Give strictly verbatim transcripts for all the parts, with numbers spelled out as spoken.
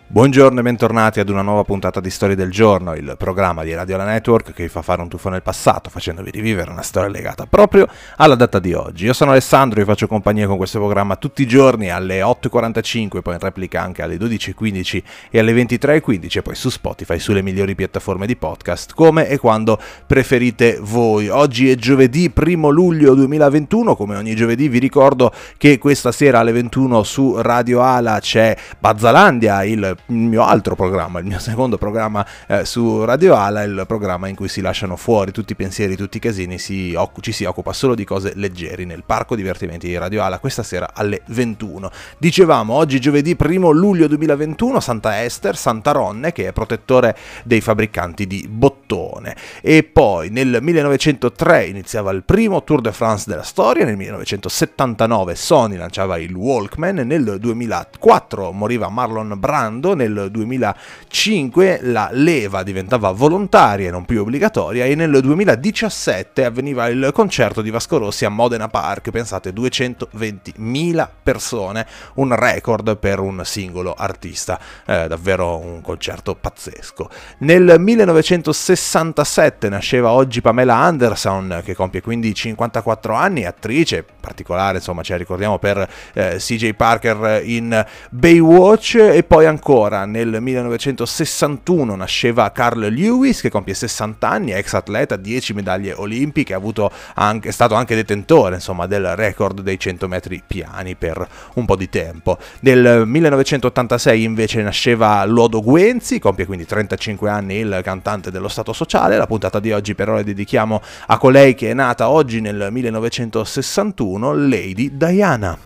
Buongiorno e bentornati ad una nuova puntata di Storie del Giorno, il programma di Radio La Network che vi fa fare un tuffo nel passato, facendovi rivivere una storia legata proprio alla data di oggi. Io sono Alessandro e vi faccio compagnia con questo programma tutti i giorni alle otto e quarantacinque, poi in replica anche alle dodici e quindici e alle ventitré e quindici, e poi su Spotify, sulle migliori piattaforme di podcast, come e quando preferite voi. Oggi è giovedì primo luglio duemilaventuno, come ogni giovedì vi ricordo che questa sera alle ventuno su Radio Ala c'è Bazzalandia, il il mio altro programma, il mio secondo programma eh, su Radio Ala, il programma in cui si lasciano fuori tutti i pensieri, tutti i casini, si occu- ci si occupa solo di cose leggeri nel parco divertimenti di Radio Ala, questa sera alle ventuno. Dicevamo, oggi giovedì primo luglio duemilaventuno, Santa Ester, Santa Ronne, che è protettore dei fabbricanti di bottone. E poi nel millenovecentotre iniziava il primo Tour de France della storia, nel millenovecentosettantanove Sony lanciava il Walkman, nel duemilaquattro moriva Marlon Brando, nel duemilacinque la leva diventava volontaria e non più obbligatoria, e nel duemiladiciassette avveniva il concerto di Vasco Rossi a Modena Park, pensate, duecentoventimila persone, un record per un singolo artista, eh, davvero un concerto pazzesco. Nel millenovecentosessantasette nasceva oggi Pamela Anderson, che compie quindi cinquantaquattro anni, attrice particolare, insomma ce la ricordiamo per eh, C J Parker in Baywatch. E poi ancora nel millenovecentosessantuno nasceva Carl Lewis, che compie sessanta anni, ex atleta, dieci medaglie olimpiche, ha avuto anche, è stato anche detentore insomma del record dei cento metri piani per un po' di tempo. Nel millenovecentottantasei invece nasceva Luodo Guenzi, compie quindi trentacinque anni, il cantante dello Stato Sociale. La puntata di oggi però la dedichiamo a colei che è nata oggi nel millenovecentosessantuno, Lady Diana.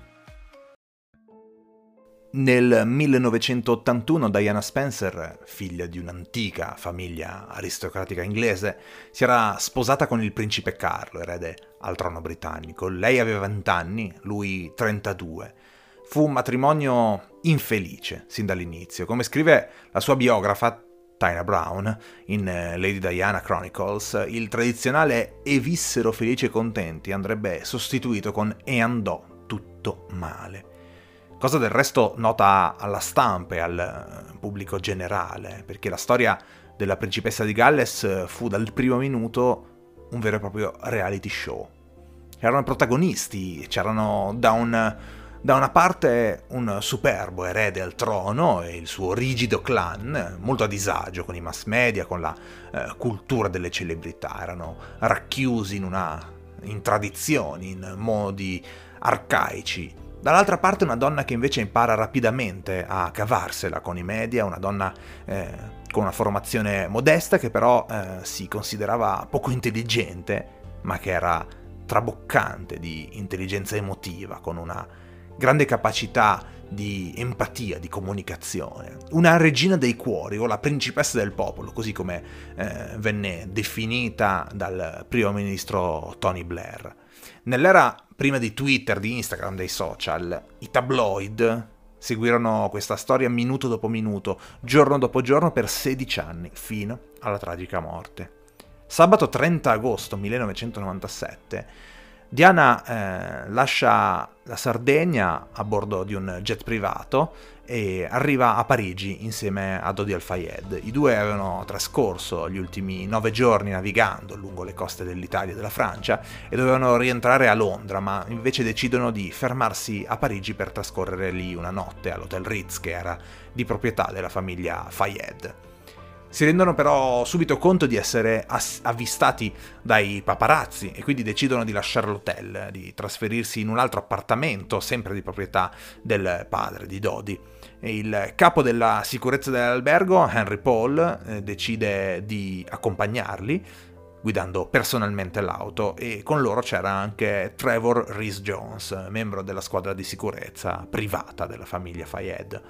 Nel millenovecentottantuno Diana Spencer, figlia di un'antica famiglia aristocratica inglese, si era sposata con il principe Carlo, erede al trono britannico. Lei aveva venti anni, lui trentadue. Fu un matrimonio infelice sin dall'inizio. Come scrive la sua biografa Tina Brown in Lady Diana Chronicles, il tradizionale "e vissero felici e contenti" andrebbe sostituito con "e andò tutto male", cosa del resto nota alla stampa e al pubblico generale, perché la storia della principessa di Galles fu dal primo minuto un vero e proprio reality show. Erano protagonisti, c'erano da, un, da una parte un superbo erede al trono e il suo rigido clan, molto a disagio con i mass media, con la eh, cultura delle celebrità, erano racchiusi in, una, in tradizioni, in modi arcaici. Dall'altra parte una donna che invece impara rapidamente a cavarsela con i media, una donna eh, con una formazione modesta che però eh, si considerava poco intelligente, ma che era traboccante di intelligenza emotiva, con una grande capacità di empatia, di comunicazione. Una regina dei cuori, o la principessa del popolo, così come eh, venne definita dal primo ministro Tony Blair. Nell'era prima di Twitter, di Instagram, dei social, i tabloid seguirono questa storia minuto dopo minuto, giorno dopo giorno, per sedici anni, fino alla tragica morte. Sabato trenta agosto millenovecentonovantasette, Diana eh, lascia la Sardegna a bordo di un jet privato e arriva a Parigi insieme a Dodi Al-Fayed. I due avevano trascorso gli ultimi nove giorni navigando lungo le coste dell'Italia e della Francia e dovevano rientrare a Londra, ma invece decidono di fermarsi a Parigi per trascorrere lì una notte all'Hotel Ritz, che era di proprietà della famiglia Fayed. Si rendono però subito conto di essere ass- avvistati dai paparazzi e quindi decidono di lasciare l'hotel, di trasferirsi in un altro appartamento, sempre di proprietà del padre di Dodi. E il capo della sicurezza dell'albergo, Henry Paul, eh, decide di accompagnarli, guidando personalmente l'auto, e con loro c'era anche Trevor Rhys-Jones, membro della squadra di sicurezza privata della famiglia Fayed.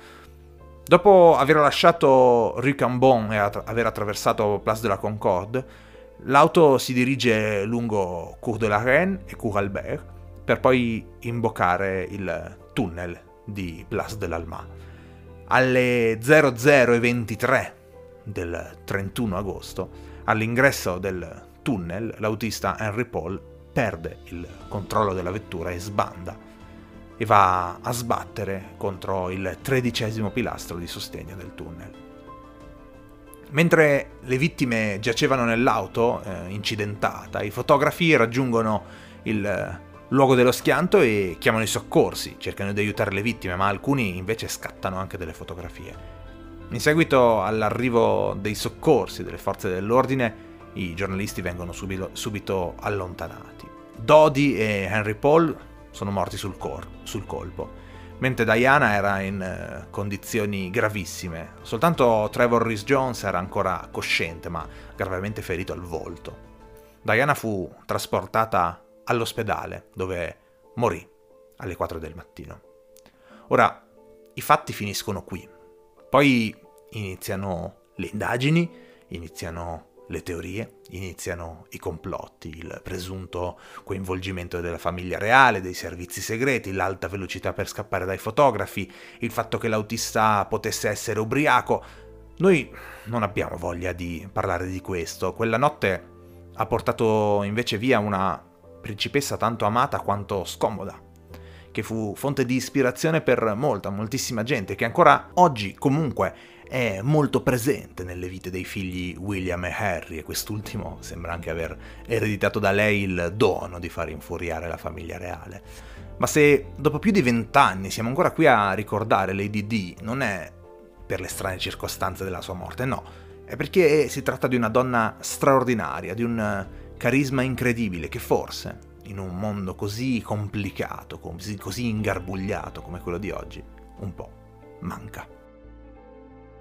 Dopo aver lasciato Rue Cambon e att- aver attraversato Place de la Concorde, l'auto si dirige lungo Cour de la Reine e Cour Albert per poi imboccare il tunnel di Place de l'Alma. Alle zero zero e ventitré del trentuno agosto, all'ingresso del tunnel, l'autista Henry Paul perde il controllo della vettura e sbanda. e va a sbattere contro il tredicesimo pilastro di sostegno del tunnel. Mentre le vittime giacevano nell'auto eh, incidentata, i fotografi raggiungono il eh, luogo dello schianto e chiamano i soccorsi, cercano di aiutare le vittime, ma alcuni invece scattano anche delle fotografie. In seguito all'arrivo dei soccorsi delle forze dell'ordine, i giornalisti vengono subito, subito allontanati. Dodi e Henry Paul sono morti sul, cor- sul colpo, mentre Diana era in uh, condizioni gravissime. Soltanto Trevor Rhys-Jones era ancora cosciente, ma gravemente ferito al volto. Diana fu trasportata all'ospedale, dove morì alle quattro del mattino. Ora, i fatti finiscono qui. Poi iniziano le indagini, iniziano le teorie, iniziano i complotti, il presunto coinvolgimento della famiglia reale, dei servizi segreti, l'alta velocità per scappare dai fotografi, il fatto che l'autista potesse essere ubriaco. Noi non abbiamo voglia di parlare di questo. Quella notte ha portato invece via una principessa tanto amata quanto scomoda, che fu fonte di ispirazione per molta, moltissima gente, che ancora oggi comunque è molto presente nelle vite dei figli William e Harry, e quest'ultimo sembra anche aver ereditato da lei il dono di far infuriare la famiglia reale. Ma se dopo più di vent'anni siamo ancora qui a ricordare Lady Di, non è per le strane circostanze della sua morte, no, è perché si tratta di una donna straordinaria, di un carisma incredibile che forse, in un mondo così complicato, così, così ingarbugliato come quello di oggi, un po' manca.